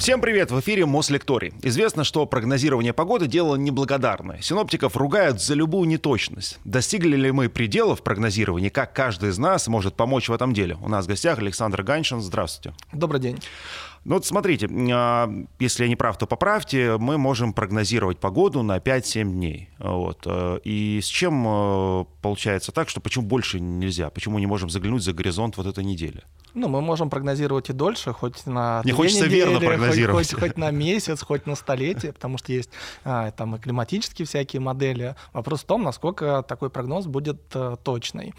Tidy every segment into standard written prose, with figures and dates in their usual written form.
Всем привет! В эфире Мослекторий. Известно, что прогнозирование погоды – дело неблагодарное. Синоптиков ругают за любую неточность. Достигли ли мы пределов прогнозирования? Как каждый из нас может помочь в этом деле? У нас в гостях Александр Ганьшин. Здравствуйте. Добрый день. Ну вот смотрите, если я не прав, то поправьте, мы можем прогнозировать погоду на 5-7 дней. Вот. И с чем получается так, что почему больше нельзя? Почему не можем заглянуть за горизонт вот этой недели? Ну, мы можем прогнозировать и дольше, хоть на 2 недели. Не хочется недели, верно прогнозировать. хоть на месяц, хоть на столетие, потому что есть там и климатические всякие модели. Вопрос в том, насколько такой прогноз будет точный.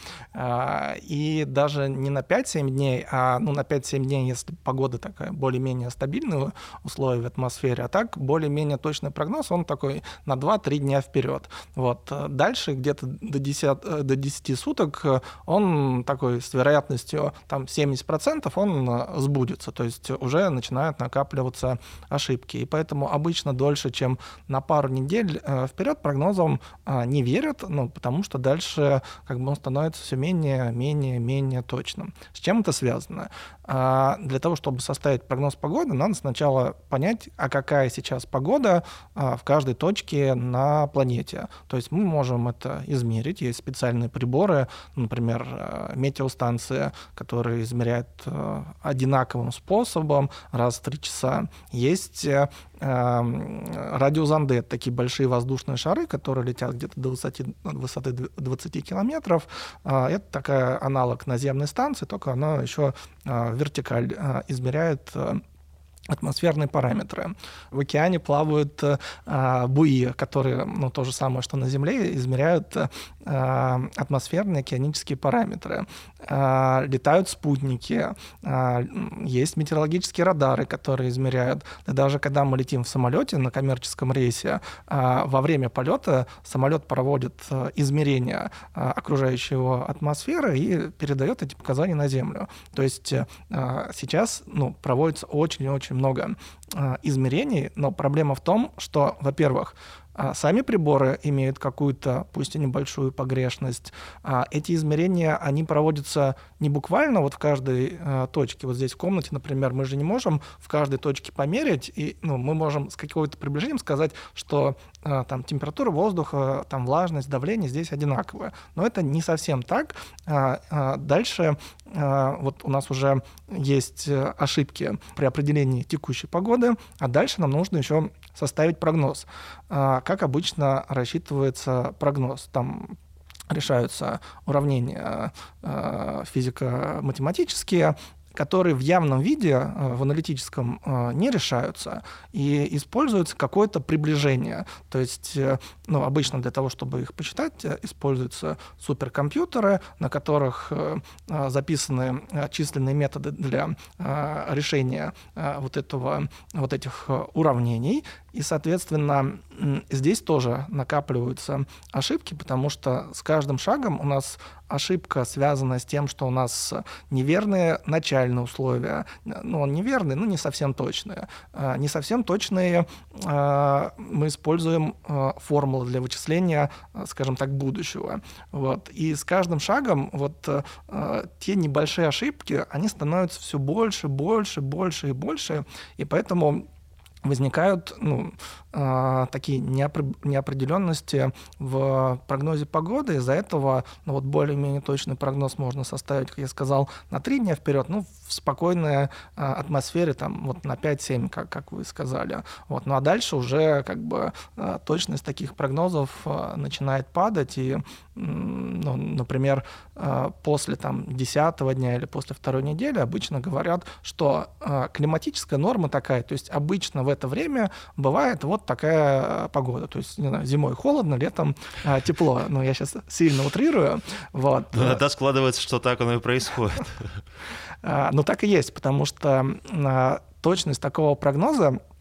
И даже не на 5-7 дней, а на 5-7 дней, если погода такая более-менее стабильные условия в атмосфере, а так более-менее точный прогноз, он такой на 2-3 дня вперед. Вот. Дальше где-то до 10 суток он такой с вероятностью там 70% он сбудется, то есть уже начинают накапливаться ошибки. И поэтому обычно дольше, чем на пару недель вперед прогнозам не верят, потому что дальше он становится все менее точным. С чем это связано? Для того, чтобы составить прогноз погоды, надо сначала понять, а какая сейчас погода в каждой точке на планете. То есть мы можем это измерить. Есть специальные приборы, например, метеостанция, которые измеряют одинаковым способом раз в 3 часа. Есть радиозонды, это такие большие воздушные шары, которые летят где-то до высоты 20 километров. Это такая аналог наземной станции, только она еще вертикаль измеряет атмосферные параметры. В океане плавают буи, которые, то же самое, что на Земле, измеряют атмосферные океанические параметры. Летают спутники, есть метеорологические радары, которые измеряют. И даже когда мы летим в самолете на коммерческом рейсе, во время полета самолет проводит измерения окружающего атмосферы и передает эти показания на Землю. То есть сейчас проводится очень-очень много измерений, но проблема в том, что, во-первых, сами приборы имеют какую-то, пусть и небольшую погрешность. Эти измерения, они проводятся не буквально в каждой точке. Вот здесь в комнате, например, мы же не можем в каждой точке померить, и мы можем с каким-то приближением сказать, что там температура воздуха, там влажность, давление здесь одинаковые. Но это не совсем так. Дальше вот у нас уже есть ошибки при определении текущей погоды, а дальше нам нужно еще составить прогноз. Как обычно рассчитывается прогноз? Там решаются уравнения физико-математические, которые в явном виде, в аналитическом, не решаются, и используется какое-то приближение. То есть, обычно для того, чтобы их посчитать, используются суперкомпьютеры, на которых записаны численные методы для решения вот этих уравнений. И, соответственно, здесь тоже накапливаются ошибки, потому что с каждым шагом у нас ошибка связана с тем, что у нас неверные начальные условия. Неверные, не совсем точные. Не совсем точные мы используем формулы для вычисления, скажем так, будущего. Вот. И с каждым шагом те небольшие ошибки, они становятся все больше и больше. И поэтому возникают такие неопределенности в прогнозе погоды. Из-за этого более-менее точный прогноз можно составить, как я сказал, на 3 дня вперед, в спокойной атмосфере на 5-7, как вы сказали. Ну а дальше уже точность таких прогнозов начинает падать. И, например, после 10-го дня или после 2-й недели обычно говорят, что климатическая норма такая, то есть обычно в это время бывает такая погода. То есть, зимой холодно, летом тепло. Я сейчас сильно утрирую. Иногда складывается, что так оно и происходит. Так и есть, потому что точность такого прогноза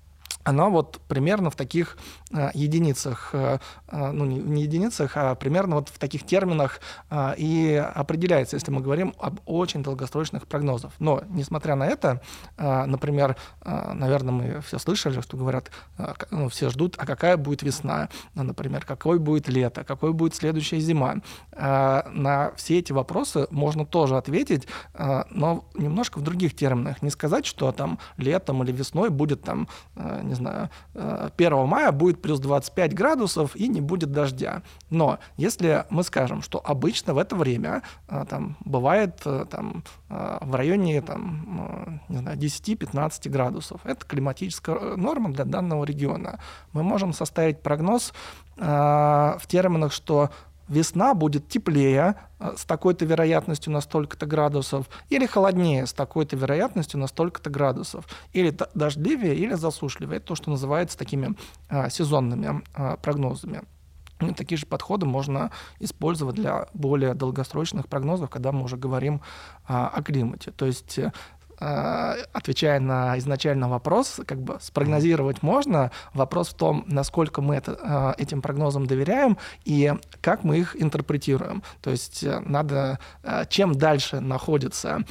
она вот примерно в таких единицах, ну не единицах, а примерно вот в таких терминах и определяется, если мы говорим об очень долгосрочных прогнозах. Но, несмотря на это, например, наверное, мы все слышали, что говорят, ну, все ждут, а какая будет весна, например, какое будет лето, какой будет следующая зима. На все эти вопросы можно тоже ответить, но немножко в других терминах. Не сказать, что там летом или весной будет там, не знаю, 1 мая будет плюс 25 градусов и не будет дождя. Но если мы скажем, что обычно в это время там, бывает там, в районе там, не знаю, 10-15 градусов, это климатическая норма для данного региона, мы можем составить прогноз в терминах, что весна будет теплее с такой-то вероятностью на столько-то градусов, или холоднее с такой-то вероятностью на столько-то градусов, или дождливее, или засушливее. Это то, что называется такими сезонными прогнозами. И такие же подходы можно использовать для более долгосрочных прогнозов, когда мы уже говорим о климате. То есть, отвечая на изначальный вопрос, как бы спрогнозировать можно. Вопрос в том, насколько мы этим прогнозам доверяем и как мы их интерпретируем. То есть надо, чем дальше находится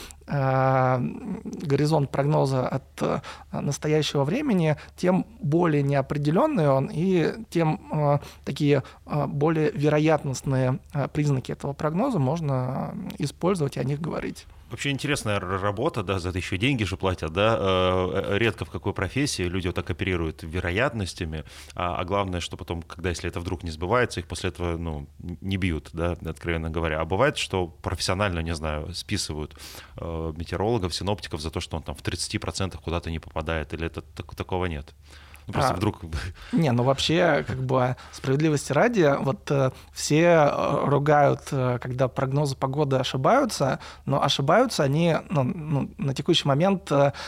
горизонт прогноза от настоящего времени, тем более неопределенный он и тем такие более вероятностные признаки этого прогноза можно использовать и о них говорить. Вообще интересная работа, да, за это еще деньги же платят, да, редко в какой профессии люди вот так оперируют вероятностями, а главное, что потом, когда, если это вдруг не сбывается, их после этого, ну, не бьют, да, откровенно говоря. А бывает, что профессионально, не знаю, списывают метеорологов, синоптиков за то, что он там в 30% куда-то не попадает, или это такого нет? Ну, просто вдруг... Не, ну вообще, как бы, справедливости ради, вот все ругают, когда прогнозы погоды ошибаются, но ошибаются они, ну, на текущий момент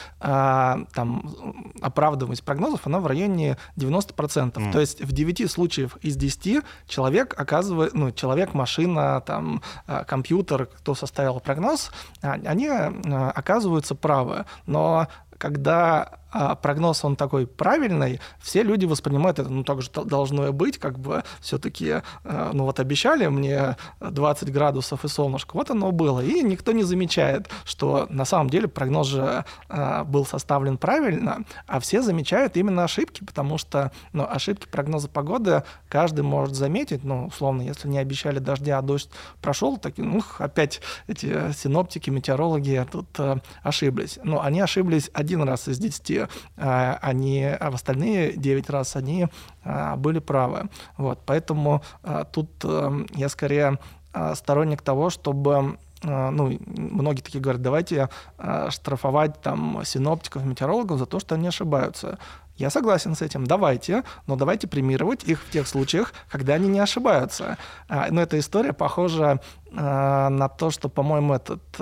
там, оправдываемость прогнозов, она в районе 90%. То есть в 9 случаев из 10 человек оказывает, ну, человек, машина, там, компьютер, кто составил прогноз, они оказываются правы. Но когда прогноз, он такой правильный, все люди воспринимают это, ну, так же должно и быть, как бы все-таки, ну, вот обещали мне 20 градусов и солнышко, вот оно было, и никто не замечает, что на самом деле прогноз же был составлен правильно, а все замечают именно ошибки, потому что, ну, ошибки прогноза погоды каждый может заметить, ну, условно, если не обещали дождя, а дождь прошел, так, ну, опять эти синоптики, метеорологи тут ошиблись. Но они ошиблись 1 раз из 10, а в остальные 9 раз они были правы. Вот, поэтому тут я скорее сторонник того, чтобы, ну, многие такие говорят, давайте штрафовать там синоптиков, метеорологов за то, что они ошибаются. Я согласен с этим, давайте, но давайте премировать их в тех случаях, когда они не ошибаются. Но эта история похожа на то, что, по-моему,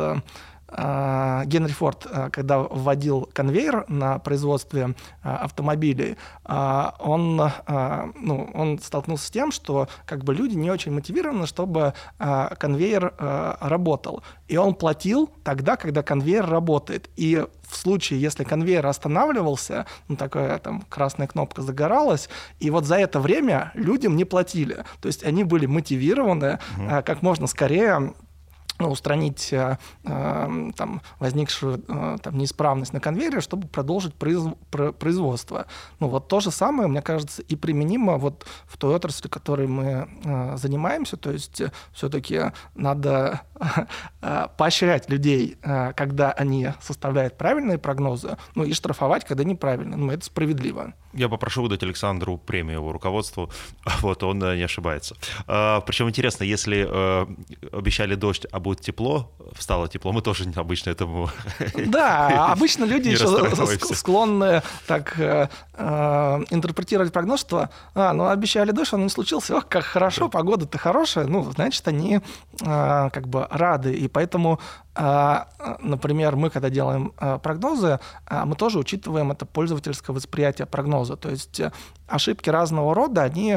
Генри Форд, когда вводил конвейер на производстве автомобилей, он столкнулся с тем, что как бы люди не очень мотивированы, чтобы конвейер работал. И он платил тогда, когда конвейер работает. И в случае, если конвейер останавливался, ну, такая там красная кнопка загоралась, и вот за это время людям не платили. То есть они были мотивированы как можно скорее устранить там, возникшую там, неисправность на конвейере, чтобы продолжить производство. Ну, вот то же самое, мне кажется, и применимо вот в той отрасли, которой мы занимаемся. То есть все-таки надо поощрять людей, когда они составляют правильные прогнозы, ну и штрафовать, когда неправильно. Ну, это справедливо. Я попрошу выдать Александру премию его руководству, вот, он не ошибается. Причем интересно, если обещали дождь, а будет тепло, стало тепло, мы тоже обычно этому... Да, обычно люди еще склонны так интерпретировать прогноз, что ну обещали дождь, он не случился, ох, как хорошо, погода-то хорошая, ну, значит, они как бы рады, и поэтому например, мы, когда делаем прогнозы, мы тоже учитываем это пользовательское восприятие прогноза. То есть ошибки разного рода, они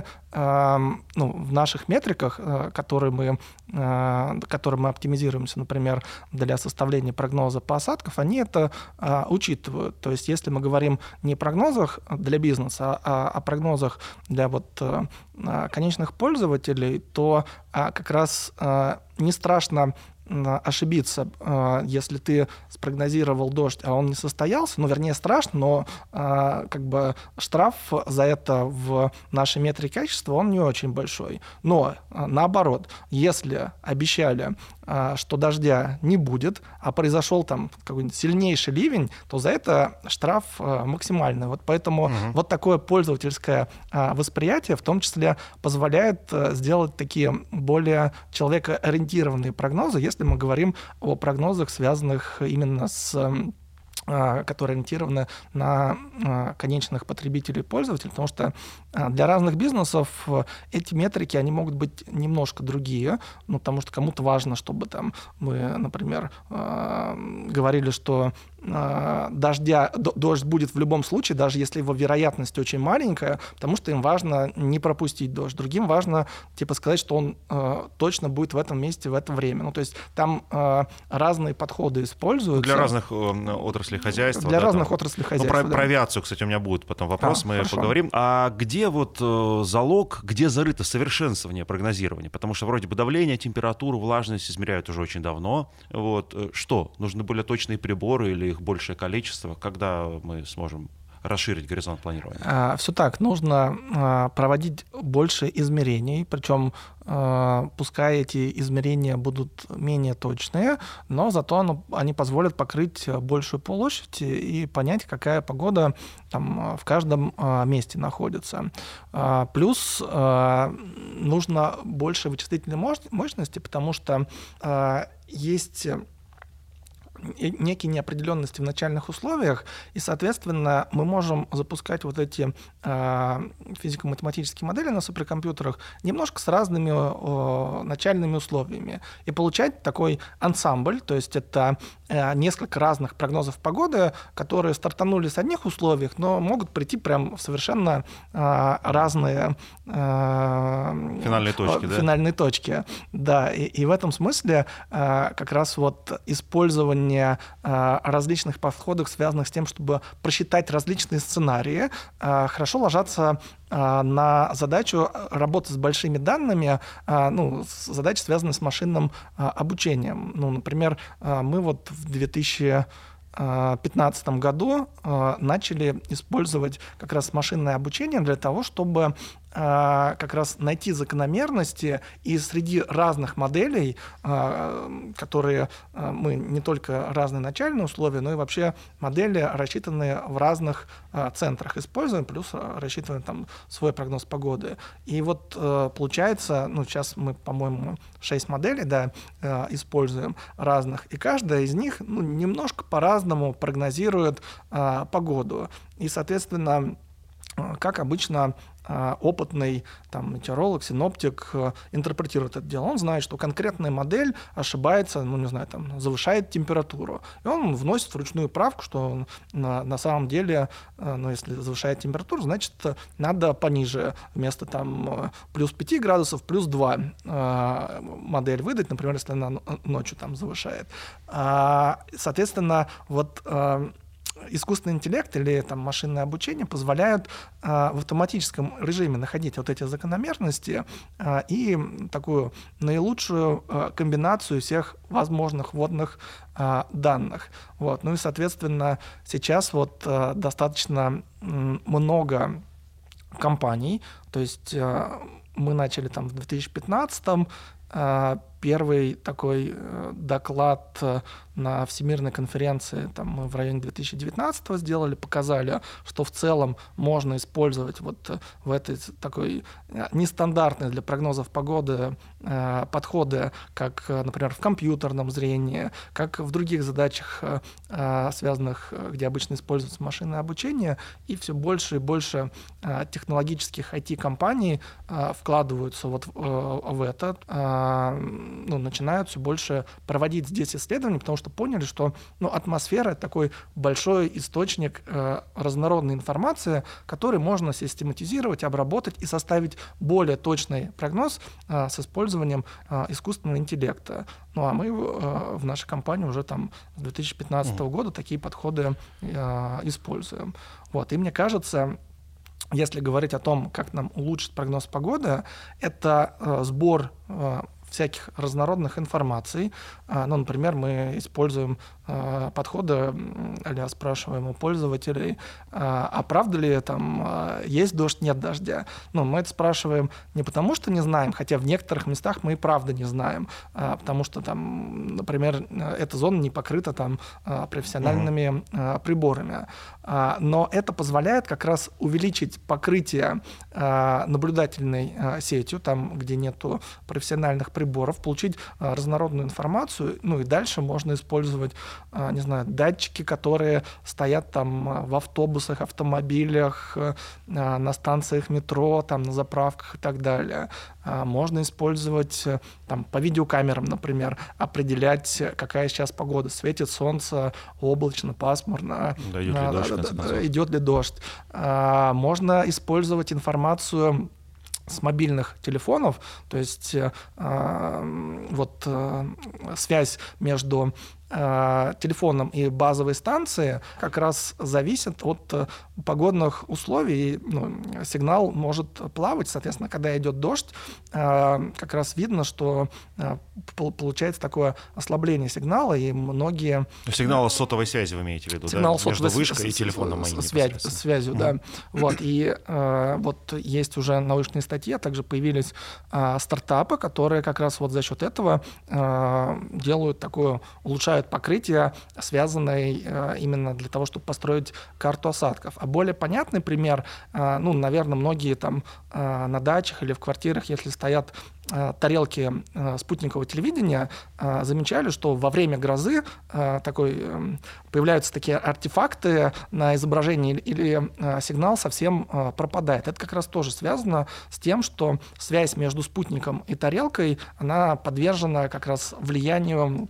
в наших метриках, которые мы оптимизируемся, например, для составления прогноза по осадков, они это учитывают. То есть если мы говорим не о прогнозах для бизнеса, а о прогнозах для конечных пользователей, то как раз не страшно ошибиться, если ты спрогнозировал дождь, а он не состоялся, вернее, страшно, но штраф за это в нашей метрике качества, он не очень большой. Но наоборот, если обещали, что дождя не будет, а произошел там какой-нибудь сильнейший ливень, то за это штраф максимальный. Поэтому такое пользовательское восприятие в том числе позволяет сделать такие более человекоориентированные прогнозы, если мы говорим о прогнозах, связанных именно которые ориентированы на конечных потребителей и пользователей, потому что для разных бизнесов эти метрики, они могут быть немножко другие, потому что кому-то важно, чтобы мы, например, говорили, что дождь будет в любом случае, даже если его вероятность очень маленькая, потому что им важно не пропустить дождь. Другим важно сказать, что он точно будет в этом месте в это время. То есть там разные подходы используются. Для разных отраслей хозяйства. Для разных отраслей хозяйства. Про авиацию, кстати, у меня будет потом вопрос, мы хорошо. Поговорим. А где залог, где зарыто совершенствование прогнозирования? Потому что вроде бы давление, температуру, влажность измеряют уже очень давно. Что? Нужны более точные приборы или их большее количество? Когда мы сможем расширить горизонт планирования? Все так. Нужно проводить больше измерений, причем пускай эти измерения будут менее точные, но зато они позволят покрыть большую площадь и понять, какая погода в каждом месте находится. Плюс нужно больше вычислительной мощности, потому что есть некие неопределенности в начальных условиях, и, соответственно, мы можем запускать эти физико-математические модели на суперкомпьютерах немножко с разными начальными условиями и получать такой ансамбль, то есть это несколько разных прогнозов погоды, которые стартанули с одних условий, но могут прийти прям в совершенно разные финальные точки. Да, и в этом смысле как раз использование различных подходов, связанных с тем, чтобы просчитать различные сценарии, хорошо ложатся на задачу работы с большими данными, задачи, связанные с машинным обучением. Например, мы в 2015 году начали использовать как раз машинное обучение для того, чтобы как раз найти закономерности и среди разных моделей, которые мы не только разные начальные условия, но и вообще модели, рассчитанные в разных центрах, используем, плюс рассчитываем свой прогноз погоды. И получается, сейчас мы, по-моему, 6 моделей используем разных, и каждая из них немножко по-разному прогнозирует погоду. И, соответственно, как обычно опытный метеоролог, синоптик интерпретирует это дело. Он знает, что конкретная модель ошибается, завышает температуру. И он вносит вручную правку, что на самом деле, если завышает температуру, значит, надо пониже. Вместо плюс 5 градусов, плюс 2 модель выдать, например, если она ночью завышает. Соответственно, искусственный интеллект или машинное обучение позволяют в автоматическом режиме находить эти закономерности и такую наилучшую комбинацию всех возможных вводных данных. И, соответственно, сейчас достаточно много компаний, то есть мы начали в 2015-м, первый такой доклад на Всемирной конференции мы в районе 2019-го сделали, показали, что в целом можно использовать в этой такой нестандартной для прогнозов погоды подходы, как, например, в компьютерном зрении, как в других задачах, связанных, где обычно используется машинное обучение, и все больше и больше технологических IT-компаний вкладываются в это. начинают все больше проводить здесь исследования, потому что поняли, что атмосфера — это такой большой источник разнородной информации, который можно систематизировать, обработать и составить более точный прогноз с использованием искусственного интеллекта. А мы в нашей компании уже там с 2015 года такие подходы используем. И мне кажется, если говорить о том, как нам улучшить прогноз погоды, это сбор всяких разнородных информаций. Например, мы используем подходы, а спрашиваем у пользователей, а правда ли там есть дождь, нет дождя. Мы это спрашиваем не потому, что не знаем, хотя в некоторых местах мы и правда не знаем, потому что там, например, эта зона не покрыта там профессиональными приборами. Но это позволяет как раз увеличить покрытие наблюдательной сетью, там, где нету профессиональных приборов, получить разнородную информацию, и дальше можно использовать, не знаю, датчики, которые стоят там в автобусах, автомобилях, на станциях метро, там, на заправках и так далее. Можно использовать там, по видеокамерам, например, определять, какая сейчас погода. Светит солнце, облачно, пасмурно. Да, идет ли дождь, в конце концов. Идет ли дождь. Можно использовать информацию с мобильных телефонов, то есть связь между телефоном и базовой станцией как раз зависит от погодных условий. Сигнал может плавать, соответственно, когда идет дождь, как раз видно, что получается такое ослабление сигнала, и многие... Сигнал сотовой связи вы имеете в виду, сигнал да? Между вышкой и телефоном связью, да. И есть уже научные статьи, а также появились стартапы, которые как раз за счет этого делают такое, улучшают покрытие, связанное именно для того, чтобы построить карту осадков. А более понятный пример, наверное, многие там на дачах или в квартирах, если стоят тарелки спутникового телевидения, замечали, что во время грозы появляются такие артефакты на изображении, или сигнал совсем пропадает. Это как раз тоже связано с тем, что связь между спутником и тарелкой, она подвержена как раз влиянию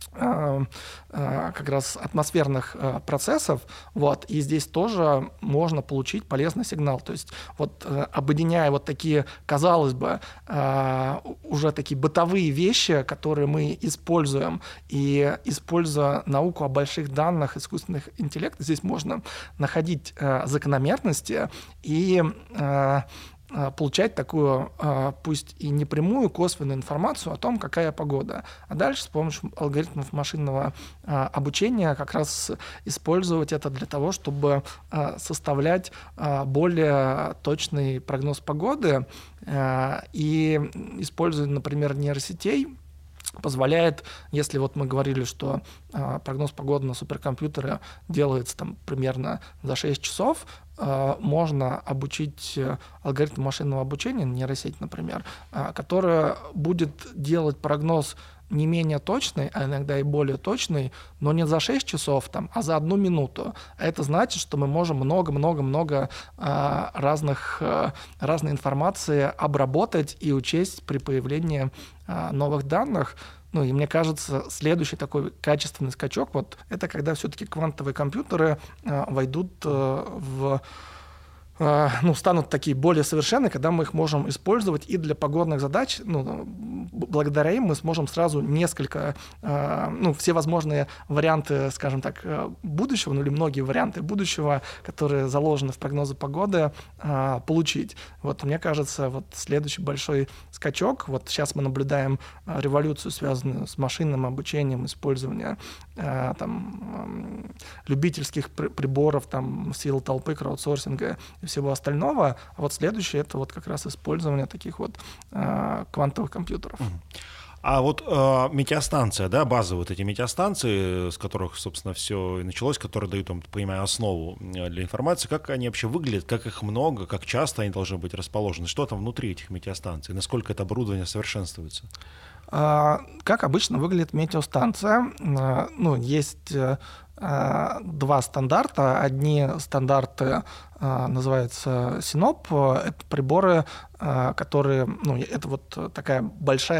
как раз атмосферных процессов, и здесь тоже можно получить полезный сигнал. То есть объединяя такие, казалось бы, уже такие бытовые вещи, которые мы используем, и используя науку о больших данных, искусственных интеллектов, здесь можно находить закономерности и получать такую, пусть и непрямую, косвенную информацию о том, какая погода. А дальше с помощью алгоритмов машинного обучения как раз использовать это для того, чтобы составлять более точный прогноз погоды. И используя, например, нейросетей, позволяет, если мы говорили, что прогноз погоды на суперкомпьютере делается там примерно за 6 часов, можно обучить алгоритм машинного обучения, нейросеть, например, которая будет делать прогноз не менее точный, а иногда и более точный, но не за 6 часов, а за 1 минуту. А это значит, что мы можем много-много-много разной информации обработать и учесть при появлении новых данных. И мне кажется, следующий такой качественный скачок, это когда все-таки квантовые компьютеры войдут станут такие более совершенные, когда мы их можем использовать и для погодных задач. Благодаря им мы сможем сразу несколько, все возможные варианты, скажем так, будущего, или многие варианты будущего, которые заложены в прогнозы погоды, получить. Мне кажется, следующий большой скачок, сейчас мы наблюдаем революцию, связанную с машинным обучением, использованием любительских приборов, сил толпы, краудсорсинга и всего остального. А следующее — это как раз использование таких квантовых компьютеров. А метеостанция, да, базовые эти метеостанции, с которых, собственно, все и началось, которые дают, понимаю, основу для информации, как они вообще выглядят, как их много, как часто они должны быть расположены, что там внутри этих метеостанций, насколько это оборудование совершенствуется? Как обычно выглядит метеостанция? Есть 2 стандарта. Одни стандарты называются Синоп. Это приборы, которые... это такая большая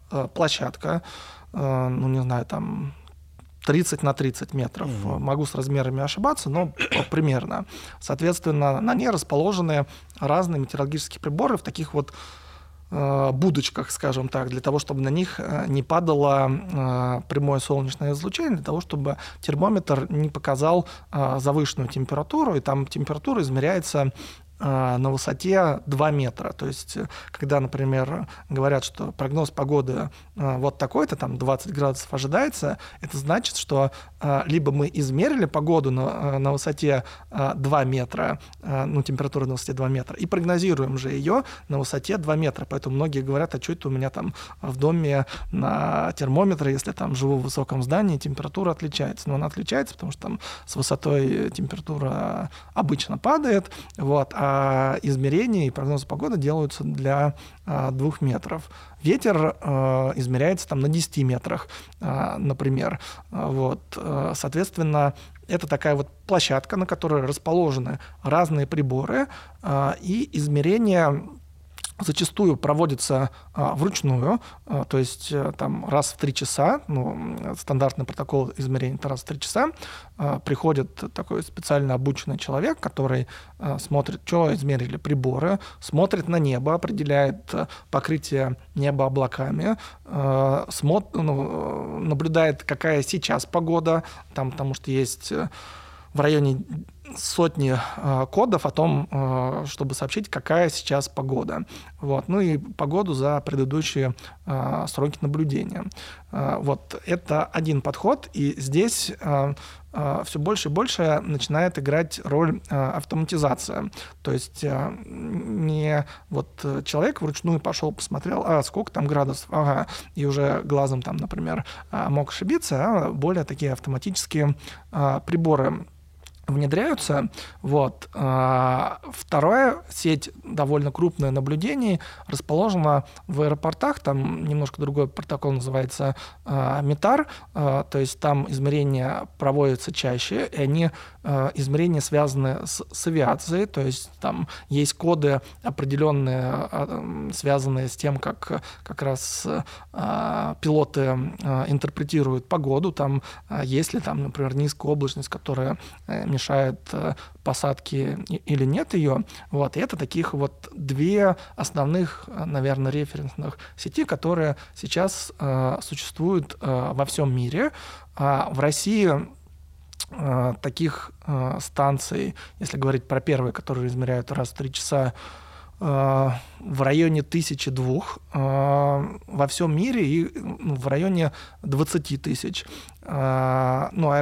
площадка, ну, не знаю, там 30 на 30 метров. Могу с размерами ошибаться, но примерно. Соответственно, на ней расположены разные метеорологические приборы в таких вот будочках, скажем так, для того, чтобы на них не падало прямое солнечное излучение, для того, чтобы термометр не показал завышенную температуру, и там температура измеряется на высоте 2 метра. То есть, когда, например, говорят, что прогноз погоды вот такой-то, там 20 градусов ожидается, это значит, что либо мы измерили погоду на высоте 2 метра, ну, температура на высоте 2 метра, и прогнозируем же ее на высоте 2 метра. Поэтому многие говорят, а что это у меня там в доме на термометре, если там живу в высоком здании, температура отличается. Но она отличается, потому что там с высотой температура обычно падает, вот, а измерения и прогнозы погоды делаются для 2 метров. Ветер измеряется там на 10 метрах, например. Вот. Соответственно, это такая вот площадка, на которой расположены разные приборы, и измерения зачастую проводится вручную, то есть там раз в 3 часа, ну, стандартный протокол измерения это раз в 3 часа, приходит такой специально обученный человек, который смотрит, что измерили приборы, смотрит на небо, определяет покрытие неба облаками, наблюдает, какая сейчас погода, там, потому что есть в районе сотни кодов о том, чтобы сообщить, какая сейчас погода. Вот. Ну и погоду за предыдущие сроки наблюдения. Вот. Это один подход, и здесь все больше и больше начинает играть роль автоматизация. То есть не вот человек вручную пошел, посмотрел, сколько там градусов, ага, и уже глазом там, например, мог ошибиться, а более такие автоматические приборы внедряются. Вот. Вторая сеть довольно крупная наблюдений расположена в аэропортах. Там немножко другой протокол называется МИТАР. То есть там измерения проводятся чаще, и они измерения связаны с авиацией. То есть там есть коды определенные, связанные с тем, как раз пилоты интерпретируют погоду. Там есть ли там, например, низкая облачность, которая мешает посадке или нет ее. Вот. И это таких вот 2 основных, наверное, референсных сети, которые сейчас существуют во всем мире. В России таких станций, если говорить про первые, которые измеряют раз в 3 часа, в районе 1002 во всем мире и в районе 20 тысяч. Ну,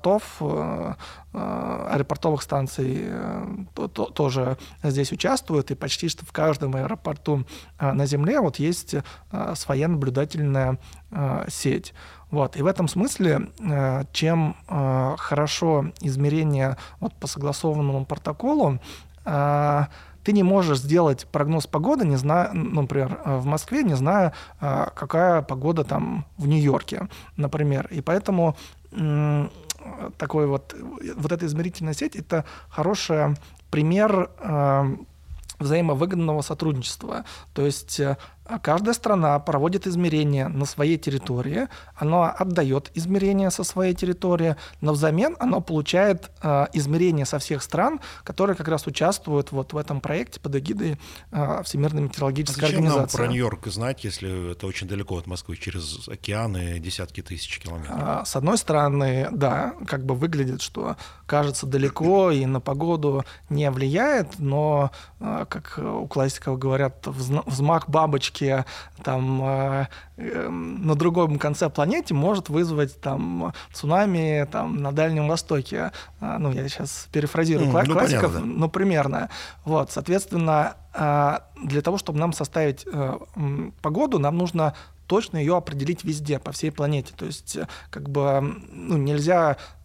аэропортовых станций тоже здесь участвуют, и почти что в каждом аэропорту на Земле вот есть своя наблюдательная сеть. Вот. И в этом смысле, чем хорошо измерение вот по согласованному протоколу, ты не можешь сделать прогноз погоды, не зная, например, в Москве, не зная, какая погода там в Нью-Йорке, например. И поэтому такой вот эта измерительная сеть — это хороший пример взаимовыгодного сотрудничества. То есть каждая страна проводит измерения на своей территории, она отдает измерения со своей территории, но взамен она получает измерения со всех стран, которые как раз участвуют вот в этом проекте под эгидой Всемирной метеорологической организации. Зачем нам про Нью-Йорк знать, если это очень далеко от Москвы, через океаны, десятки тысяч километров? С одной стороны, да, как бы выглядит, что кажется далеко и на погоду не влияет, но, как у классиков говорят, взмах бабочки там на другом конце планеты может вызвать там цунами там на Дальнем Востоке. Ну, я сейчас перефразирую классиков, понятно, да. но примерно. Вот, соответственно, для того, чтобы нам составить погоду, нам нужно точно ее определить везде, по всей планете. То есть, как бы, ну, нельзя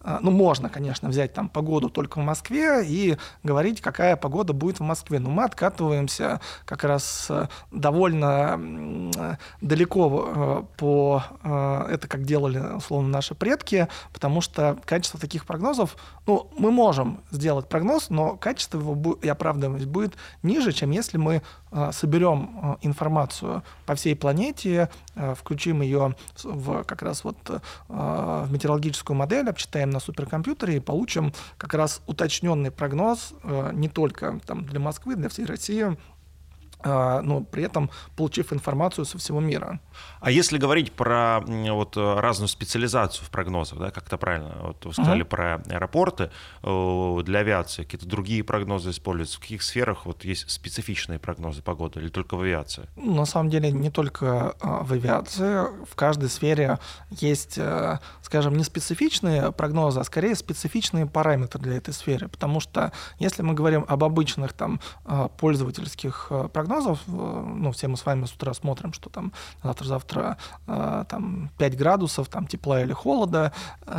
можно, конечно, взять там погоду только в Москве и говорить, какая погода будет в Москве. Но мы откатываемся как раз довольно далеко это как делали, условно, наши предки, потому что качество таких прогнозов, мы можем сделать прогноз, но качество его и оправдываемость будет ниже, чем если мы соберем информацию по всей планете, включим ее как раз в метеорологическую модель, обчитаем на суперкомпьютере и получим как раз уточненный прогноз не только там, для Москвы, для всей России, но при этом получив информацию со всего мира. А если говорить про разную специализацию в прогнозах, да, как-то правильно, вы сказали про аэропорты, для авиации какие-то другие прогнозы используются, в каких сферах есть специфичные прогнозы погоды или только в авиации? На самом деле не только в авиации, в каждой сфере есть, скажем, не специфичные прогнозы, а скорее специфичные параметры для этой сферы, потому что если мы говорим об обычных там пользовательских прогнозах, все мы с вами с утра смотрим, что там завтра 5 градусов там, тепла или холода,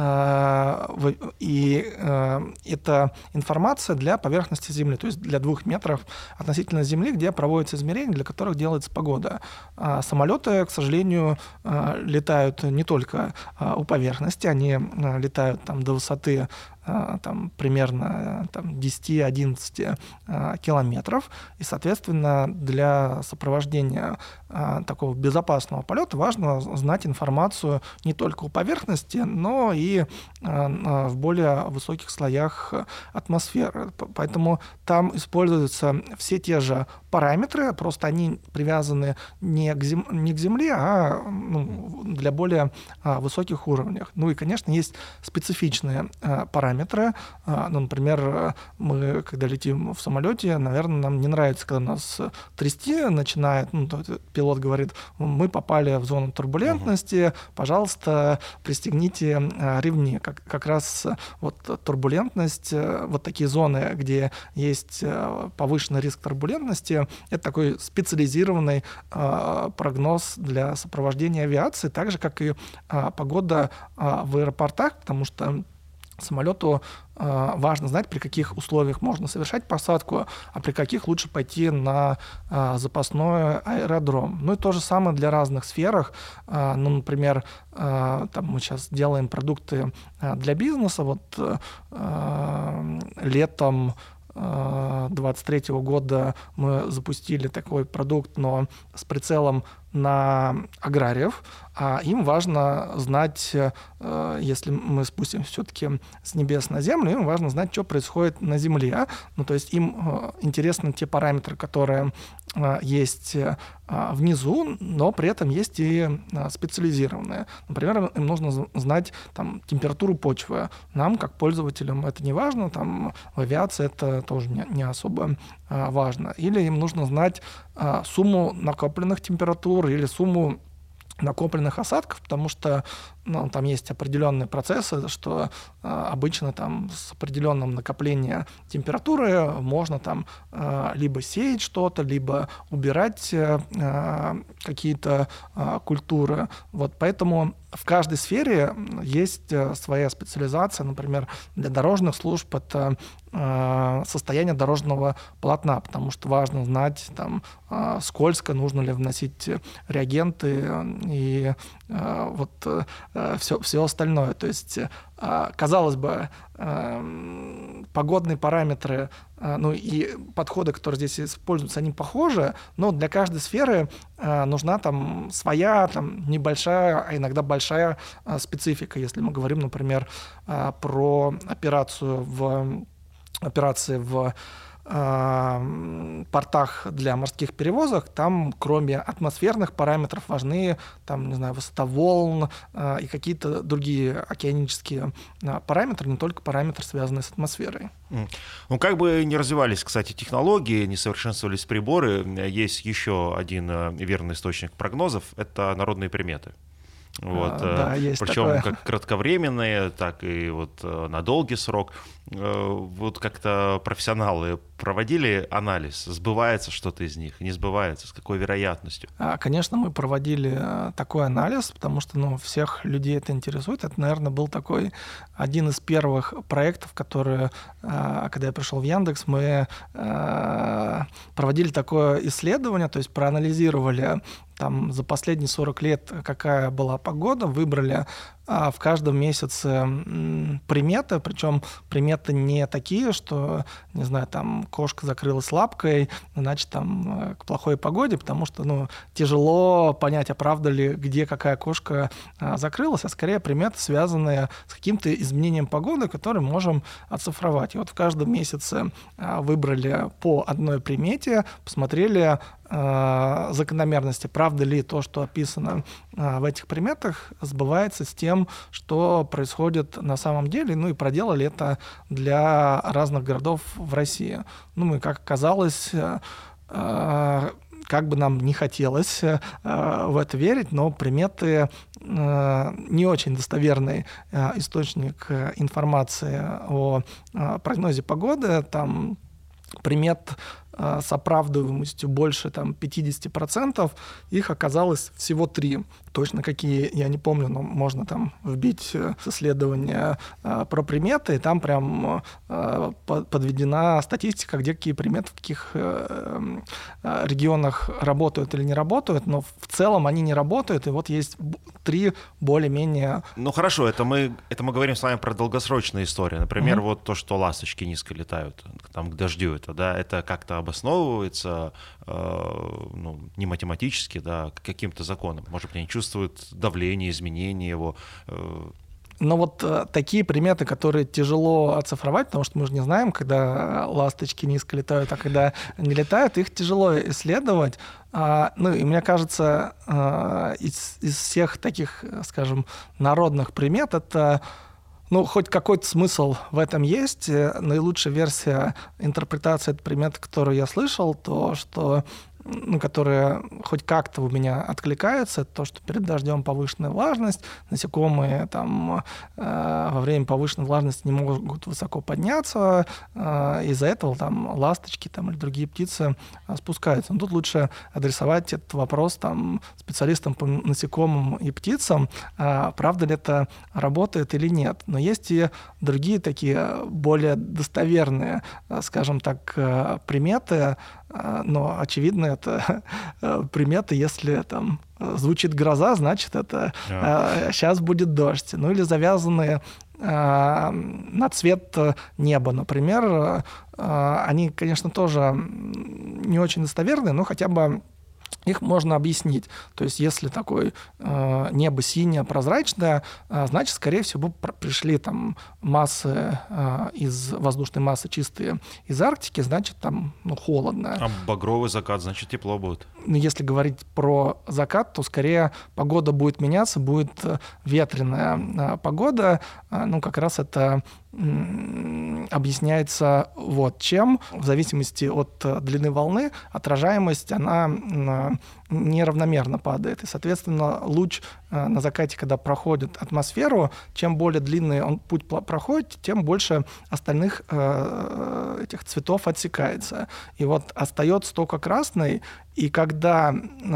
и это информация для поверхности Земли, то есть для 2 метров относительно Земли, где проводятся измерения, для которых делается погода. Самолеты, к сожалению, летают не только у поверхности, они летают там, до высоты примерно 10-11 километров. И, соответственно, для сопровождения такого безопасного полета важно знать информацию не только у поверхности, но и в более высоких слоях атмосферы. Поэтому там используются все те же параметры, просто они привязаны не к Земле, а для более высоких уровней. И, конечно, есть специфичные параметры. Например, мы, когда летим в самолете, наверное, нам не нравится, когда нас трясти начинает. Пилот говорит, мы попали в зону турбулентности, пожалуйста, пристегните ремни. Как раз турбулентность, такие зоны, где есть повышенный риск турбулентности, это такой специализированный прогноз для сопровождения авиации, так же, как и погода в аэропортах, потому что самолету важно знать, при каких условиях можно совершать посадку, а при каких лучше пойти на запасной аэродром. И то же самое для разных сферах. Например, мы сейчас делаем продукты для бизнеса. Летом 2023 года мы запустили такой продукт, но с прицелом на аграриев. Им важно знать, если мы спустимся все-таки с небес на землю, им важно знать, что происходит на земле. То есть им интересны те параметры, которые есть внизу, но при этом есть и специализированные. Например, им нужно знать температуру почвы. Нам, как пользователям, это не важно, в авиации это тоже не особо важно. Или им нужно знать сумму накопленных температур или сумму накопленных осадков, потому что там есть определенные процессы, что обычно с определенным накоплением температуры можно либо сеять что-то, либо убирать какие-то культуры. Поэтому в каждой сфере есть своя специализация. Например, для дорожных служб это состояние дорожного полотна, потому что важно знать, скользко, нужно ли вносить реагенты и все остальное. То есть, казалось бы, погодные параметры, и подходы, которые здесь используются, они похожи, но для каждой сферы нужна своя небольшая, а иногда большая специфика. Если мы говорим, например, про операции в портах для морских перевозок, там кроме атмосферных параметров важны высота волн и какие-то другие океанические параметры, не только параметры, связанные с атмосферой. Как бы ни развивались, кстати, технологии, не совершенствовались приборы, есть еще один верный источник прогнозов — это народные приметы. Вот, да, есть причем такое. как кратковременные, так и вот на долгий срок. Вот как-то профессионалы проводили анализ, сбывается что-то из них, не сбывается, с какой вероятностью? Конечно, мы проводили такой анализ, потому что всех людей это интересует. Это, наверное, был такой один из первых проектов, которые, когда я пришел в Яндекс, мы проводили такое исследование, то есть проанализировали там за последние 40 лет, какая была погода, выбрали в каждом месяце приметы, причем приметы не такие, что, не знаю, там кошка закрылась лапкой, значит, там к плохой погоде, потому что, тяжело понять, а правда ли, где какая кошка закрылась, а скорее приметы, связанные с каким-то изменением погоды, которые можем оцифровать. И вот в каждом месяце выбрали по одной примете, посмотрели закономерности, правда ли то, что описано в этих приметах, сбывается с тем, что происходит на самом деле, и проделали это для разных городов в России. И, как оказалось, как бы нам не хотелось в это верить, но приметы не очень достоверный источник информации о прогнозе погоды. Там примет с оправдываемостью больше 50%, их оказалось всего 3. Точно какие, я не помню, но можно там вбить исследования про приметы, и там прям подведена статистика, где какие приметы в каких регионах работают или не работают, но в целом они не работают, и вот есть 3 более-менее... Хорошо, это мы говорим с вами про долгосрочные истории. Например, вот то, что ласточки низко летают, там к дождю это как-то обосновывается не математически, каким-то законом. Может быть, они чувствуют давление, изменение его. Но вот такие приметы, которые тяжело оцифровать, потому что мы же не знаем, когда ласточки низко летают, а когда не летают, их тяжело исследовать. И мне кажется, из всех таких, скажем, народных примет это... хоть какой-то смысл в этом есть. Наилучшая версия интерпретации этой приметы, которую я слышал, то, что которая хоть как-то у меня откликается, это то, что перед дождем повышенная влажность, насекомые во время повышенной влажности не могут высоко подняться, из-за этого ласточки или другие птицы спускаются. Но тут лучше адресовать этот вопрос специалистам по насекомым и птицам, правда ли это работает или нет. Но есть и другие такие более достоверные, скажем так, приметы, но, очевидно, это примета, если звучит гроза, значит, это сейчас будет дождь. Или завязанные на цвет неба, например. Они, конечно, тоже не очень достоверные, но хотя бы их можно объяснить. То есть, если такое небо синее, прозрачное, значит, скорее всего, пришли массы из воздушной массы чистые из Арктики, значит, холодно. А багровый закат, значит, тепло будет. Если говорить про закат, то скорее погода будет меняться, будет ветреная погода. Как раз это объясняется чем. В зависимости от длины волны отражаемость, она неравномерно падает. И, соответственно, луч на закате, когда проходит атмосферу, чем более длинный он путь проходит, тем больше остальных этих цветов отсекается. И вот остается только красный, и когда,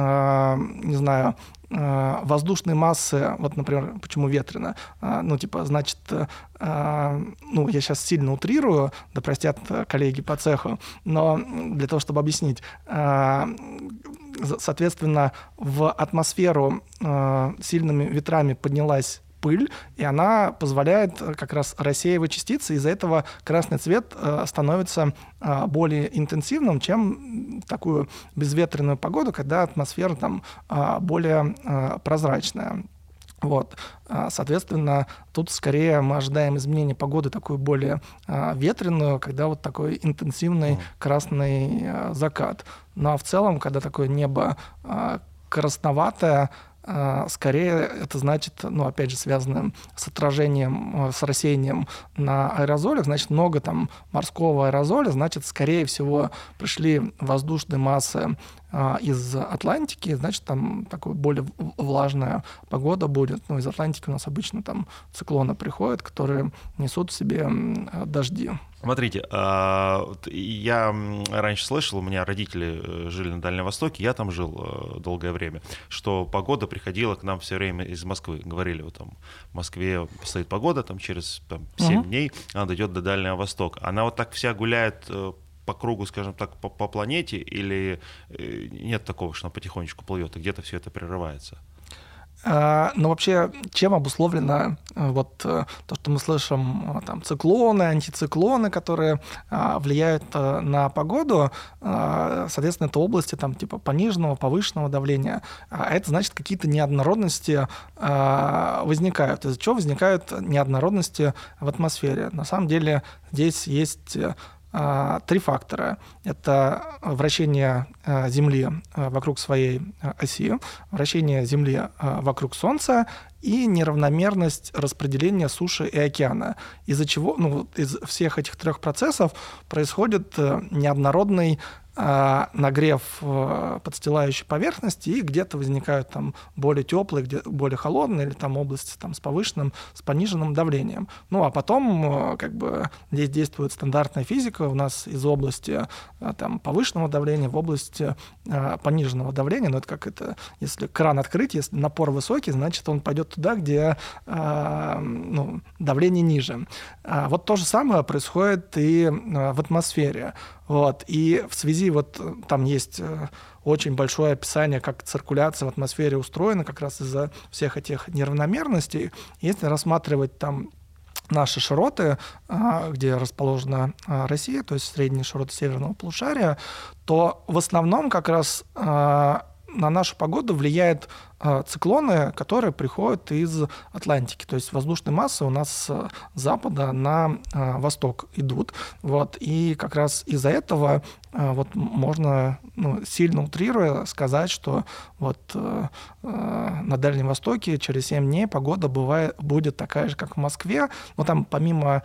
воздушные массы, например, почему ветрено, значит, я сейчас сильно утрирую, да простят коллеги по цеху, но для того, чтобы объяснить, соответственно, в атмосферу сильными ветрами поднялась пыль, и она позволяет как раз рассеивать частицы, из-за этого красный цвет становится более интенсивным, чем такую безветренную погоду, когда атмосфера более прозрачная. Соответственно, тут скорее мы ожидаем изменения погоды такую более ветреную, когда такой интенсивный красный закат. А в целом, когда такое небо красноватое, скорее это значит, опять же, связано с отражением, с рассеянием на аэрозолях, значит, много морского аэрозоля, значит, скорее всего, пришли воздушные массы из Атлантики, значит, там такая более влажная погода будет. Ну, из Атлантики у нас обычно там циклоны приходят, которые несут в себе дожди. Смотрите, я раньше слышал, у меня родители жили на Дальнем Востоке, я там жил долгое время, что погода приходила к нам все время из Москвы. Говорили, вот там в Москве стоит погода, там через 7 дней она дойдет до Дальнего Востока. Она вот так вся гуляет по кругу, скажем так, по планете, или нет такого, что она потихонечку плывет, и где-то все это прерывается? Но вообще, чем обусловлено вот то, что мы слышим, там, циклоны, антициклоны, которые влияют на погоду, соответственно, это области там, типа пониженного, повышенного давления. А это значит, какие-то неоднородности возникают. Из-за чего возникают неоднородности в атмосфере? На самом деле здесь есть 3 фактора. Это вращение Земли вокруг своей оси, вращение Земли вокруг Солнца и неравномерность распределения суши и океана, из-за чего из всех этих 3 процессов происходит неоднородный нагрев подстилающей поверхности, и где-то возникают там более теплые, где более холодные, или там области там, с повышенным, с пониженным давлением. Ну, а потом как бы здесь действует стандартная физика у нас из области там, повышенного давления в области пониженного давления. Но это как это, если кран открыть, если напор высокий, значит, он пойдет туда, где давление ниже. Вот то же самое происходит и в атмосфере. Вот. И в связи, вот там есть очень большое описание, как циркуляция в атмосфере устроена, как раз из-за всех этих неравномерностей. Если рассматривать там наши широты, где расположена Россия, то есть средние широты северного полушария, то в основном как раз на нашу погоду влияют циклоны, которые приходят из Атлантики. То есть воздушные массы у нас с запада на восток идут. Вот. И как раз из-за этого вот можно, сильно утрируя, сказать, что вот на Дальнем Востоке через 7 дней погода будет такая же, как в Москве. Но там помимо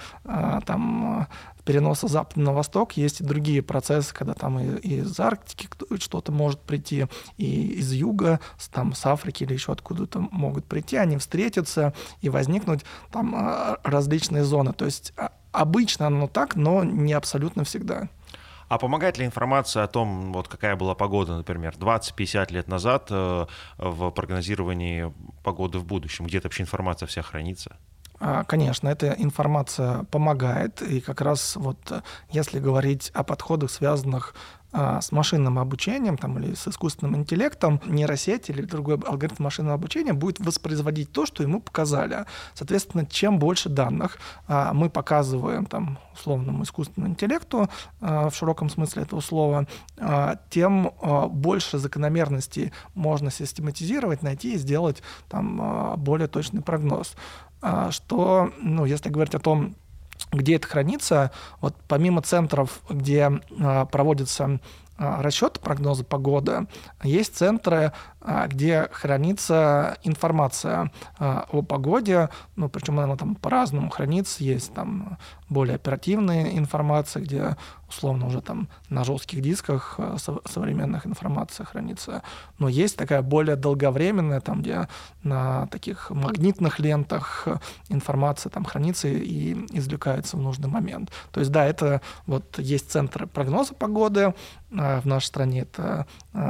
переноса запада на восток есть и другие процессы, когда там и из Арктики что-то может прийти, и из юга, там, с Африки или еще откуда-то могут прийти, они встретятся и возникнуть там различные зоны. То есть обычно оно так, но не абсолютно всегда. А помогает ли информация о том, вот какая была погода, например, 20-50 лет назад в прогнозировании погоды в будущем? Где-то вообще информация вся хранится? Конечно, эта информация помогает. И как раз вот если говорить о подходах, связанных с машинным обучением там, или с искусственным интеллектом, нейросеть или другой алгоритм машинного обучения будет воспроизводить то, что ему показали. Соответственно, чем больше данных мы показываем там, условному искусственному интеллекту в широком смысле этого слова, тем больше закономерностей можно систематизировать, найти и сделать там, более точный прогноз. Что, если говорить о том, где это хранится, вот помимо центров, где проводятся расчеты прогноза погоды, есть центры, где хранится информация о погоде, причем она там по-разному хранится, есть там более оперативная информация, где условно уже там на жестких дисках современных информация хранится, но есть такая более долговременная, там где на таких магнитных лентах информация там хранится и извлекается в нужный момент. То есть да, это вот есть центры прогноза погоды, в нашей стране это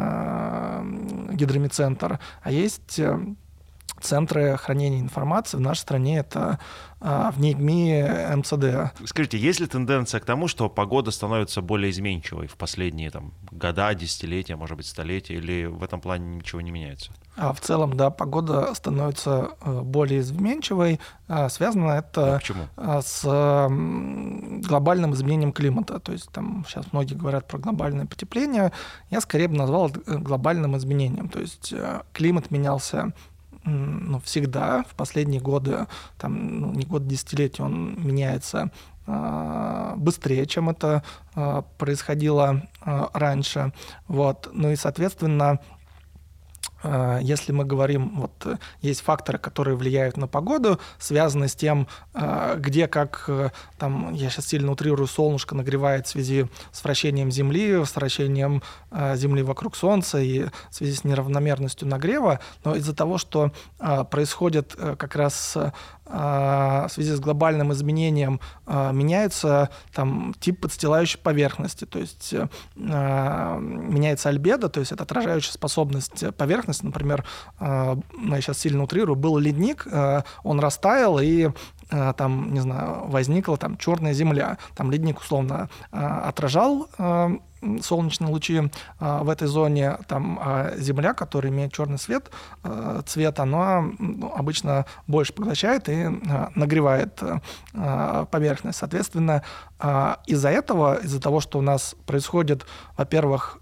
гидромедцентр, а есть центры хранения информации. В нашей стране это в НИИГМИ МЦД. Скажите, есть ли тенденция к тому, что погода становится более изменчивой в последние года, десятилетия, может быть, столетия, или в этом плане ничего не меняется? В целом, да, погода становится более изменчивой. Связано это с глобальным изменением климата. То есть там сейчас многие говорят про глобальное потепление. Я скорее бы назвал это глобальным изменением. То есть климат менялся всегда. В последние годы, не год, десятилетия, он меняется быстрее, чем это происходило раньше. Вот. Ну и, соответственно, Если мы говорим, вот есть факторы, которые влияют на погоду, связанные с тем, где, как, там, я сейчас сильно утрирую, солнышко нагревает в связи с вращением Земли, с вращением Земли вокруг Солнца и в связи с неравномерностью нагрева, но из-за того, что происходит как раз в связи с глобальным изменением, меняется там тип подстилающей поверхности, то есть меняется альбедо, то есть это отражающая способность поверхности. Например, я сейчас сильно утрирую, был ледник, он растаял, и там, не знаю, возникла там черная земля. Там ледник условно отражал солнечные лучи в этой зоне, там земля, которая имеет черный цвет, она обычно больше поглощает и нагревает поверхность. Соответственно, из-за того, что у нас происходит, во-первых,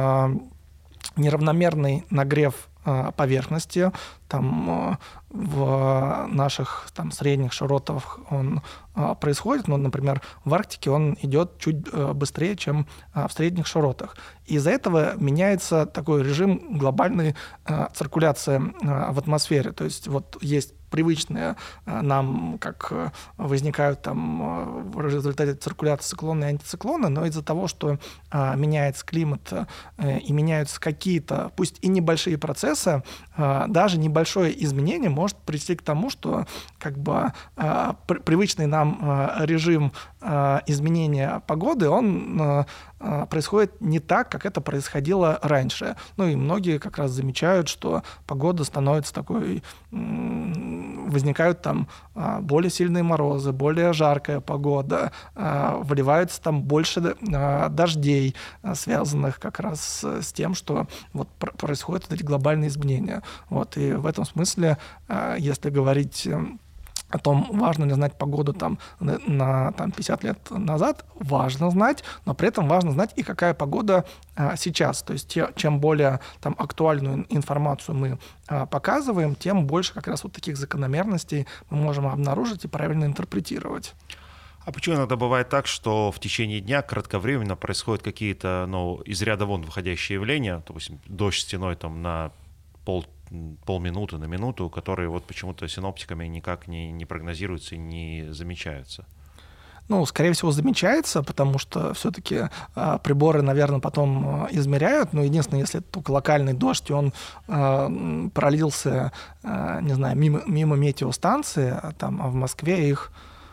неравномерный нагрев поверхности, там в наших там средних широтах он происходит, но, например, в Арктике он идет чуть быстрее, чем в средних широтах. И из-за этого меняется такой режим глобальной циркуляции в атмосфере. То есть вот есть привычные нам, как возникают там в результате циркуляции циклоны и антициклоны, но из-за того, что меняется климат и меняются какие-то, пусть и небольшие процессы, даже небольшое изменение может привести к тому, что как бы привычный нам режим изменения погоды, он происходит не так, как это происходило раньше. Ну и многие как раз замечают, что погода становится такой, возникают там более сильные морозы, более жаркая погода, вливаются там больше дождей, связанных как раз с тем, что вот происходят эти глобальные изменения. Вот. И в этом смысле, если говорить о том, важно ли знать погоду там, на там, 50 лет назад, важно знать, но при этом важно знать и какая погода сейчас. То есть чем более там, актуальную информацию мы показываем, тем больше как раз вот таких закономерностей мы можем обнаружить и правильно интерпретировать. А почему иногда бывает так, что в течение дня кратковременно происходят какие-то из ряда вон выходящие явления, допустим, дождь стеной там, на полминуты, на минуту, которые вот почему-то синоптиками никак не прогнозируются и не замечаются? Ну, скорее всего, замечается, потому что все-таки приборы, наверное, потом измеряют. Но единственное, если это только локальный дождь, и он пролился, не знаю, мимо метеостанции, там, а в Москве их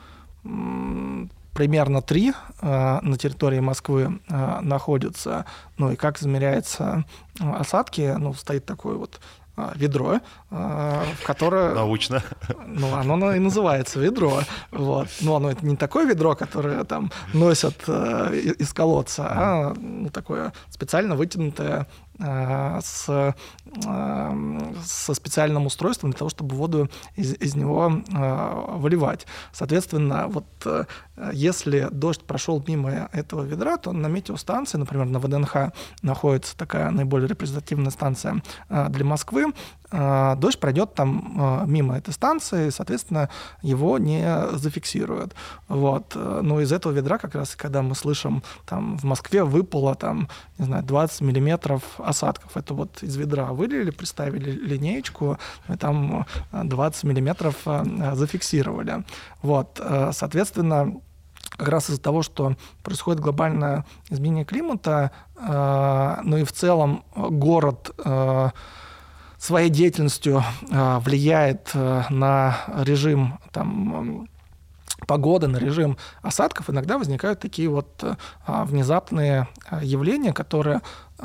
примерно 3 на территории Москвы находятся. Ну и как измеряются осадки, стоит такой вот ведро, в которое... Научно. Оно и называется ведро. Вот. Но оно это не такое ведро, которое там носят из колодца, а такое специально вытянутое со специальным устройством для того, чтобы воду из него выливать. Соответственно, вот если дождь прошел мимо этого ведра, то на метеостанции, например, на ВДНХ находится такая наиболее репрезентативная станция для Москвы, дождь пройдет там мимо этой станции, соответственно, его не зафиксируют. Вот. Но из этого ведра как раз, когда мы слышим, там в Москве выпало там, не знаю, 20 миллиметров осадков. Это вот из ведра вылили, приставили линеечку, и там 20 миллиметров зафиксировали. Вот. Соответственно, как раз из-за того, что происходит глобальное изменение климата, ну и в целом город своей деятельностью влияет на режим там, погоды, на режим осадков, иногда возникают такие вот внезапные явления, которые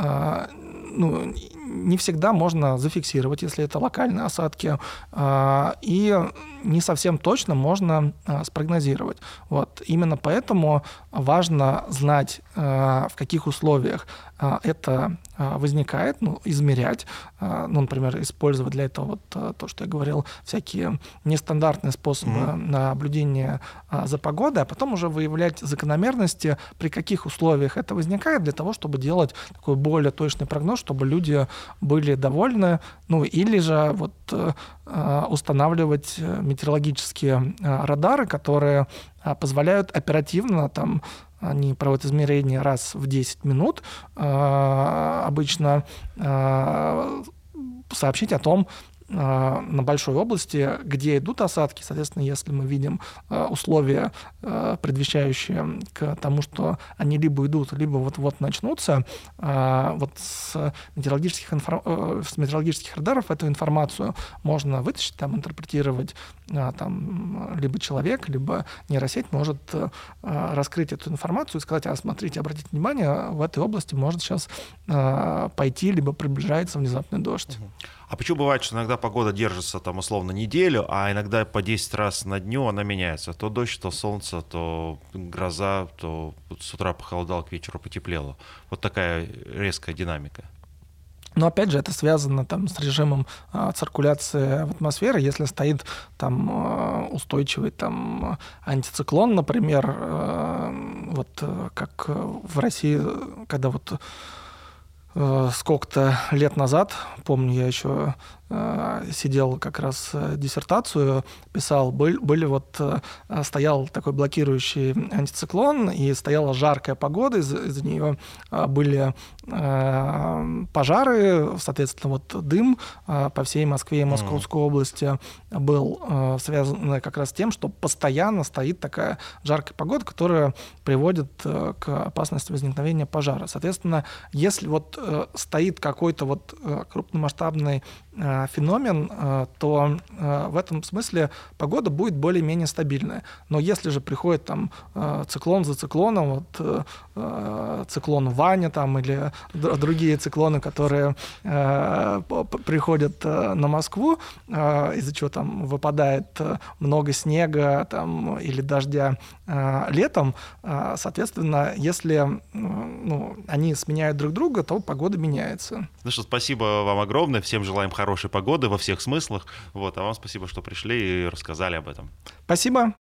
не всегда можно зафиксировать, если это локальные осадки, и не совсем точно можно спрогнозировать. Вот. Именно поэтому важно знать, в каких условиях это возникает, измерять, например, использовать для этого вот то, что я говорил, всякие нестандартные способы наблюдения за погодой, а потом уже выявлять закономерности, при каких условиях это возникает, для того, чтобы делать такой более точный прогноз, чтобы люди были довольны, или же вот устанавливать метеорологические радары, которые позволяют оперативно там. Они проводят измерения раз в 10 минут, обычно сообщить о том, на большой области, где идут осадки. Соответственно, если мы видим условия, предвещающие к тому, что они либо идут, либо вот-вот начнутся, вот с метеорологических радаров эту информацию можно вытащить, там, интерпретировать, там, либо человек, либо нейросеть может раскрыть эту информацию и сказать: смотрите, обратите внимание, в этой области может сейчас пойти, либо приближается внезапный дождь. А почему бывает, что иногда погода держится там условно неделю, а иногда по 10 раз на дню она меняется? То дождь, то солнце, то гроза, то с утра похолодало, к вечеру потеплело. Вот такая резкая динамика. Но опять же, это связано там с режимом циркуляции в атмосфере. Если стоит там устойчивый там антициклон, например, вот как в России, когда вот сколько-то лет назад, помню, я еще сидел как раз диссертацию, писал, стоял такой блокирующий антициклон, и стояла жаркая погода, из-за нее были пожары, соответственно, вот дым по всей Москве и Московской области был связан как раз с тем, что постоянно стоит такая жаркая погода, которая приводит к опасности возникновения пожара. Соответственно, если вот стоит какой-то вот крупномасштабный феномен, то в этом смысле погода будет более-менее стабильная. Но если же приходит там циклон за циклоном, вот циклон Ваня там или другие циклоны, которые приходят на Москву, из-за чего там выпадает много снега там, или дождя летом, соответственно, если они сменяют друг друга, то погода меняется. Ну что, спасибо вам огромное. Всем желаем хорошей погоды во всех смыслах. Вот, а вам спасибо, что пришли и рассказали об этом. Спасибо.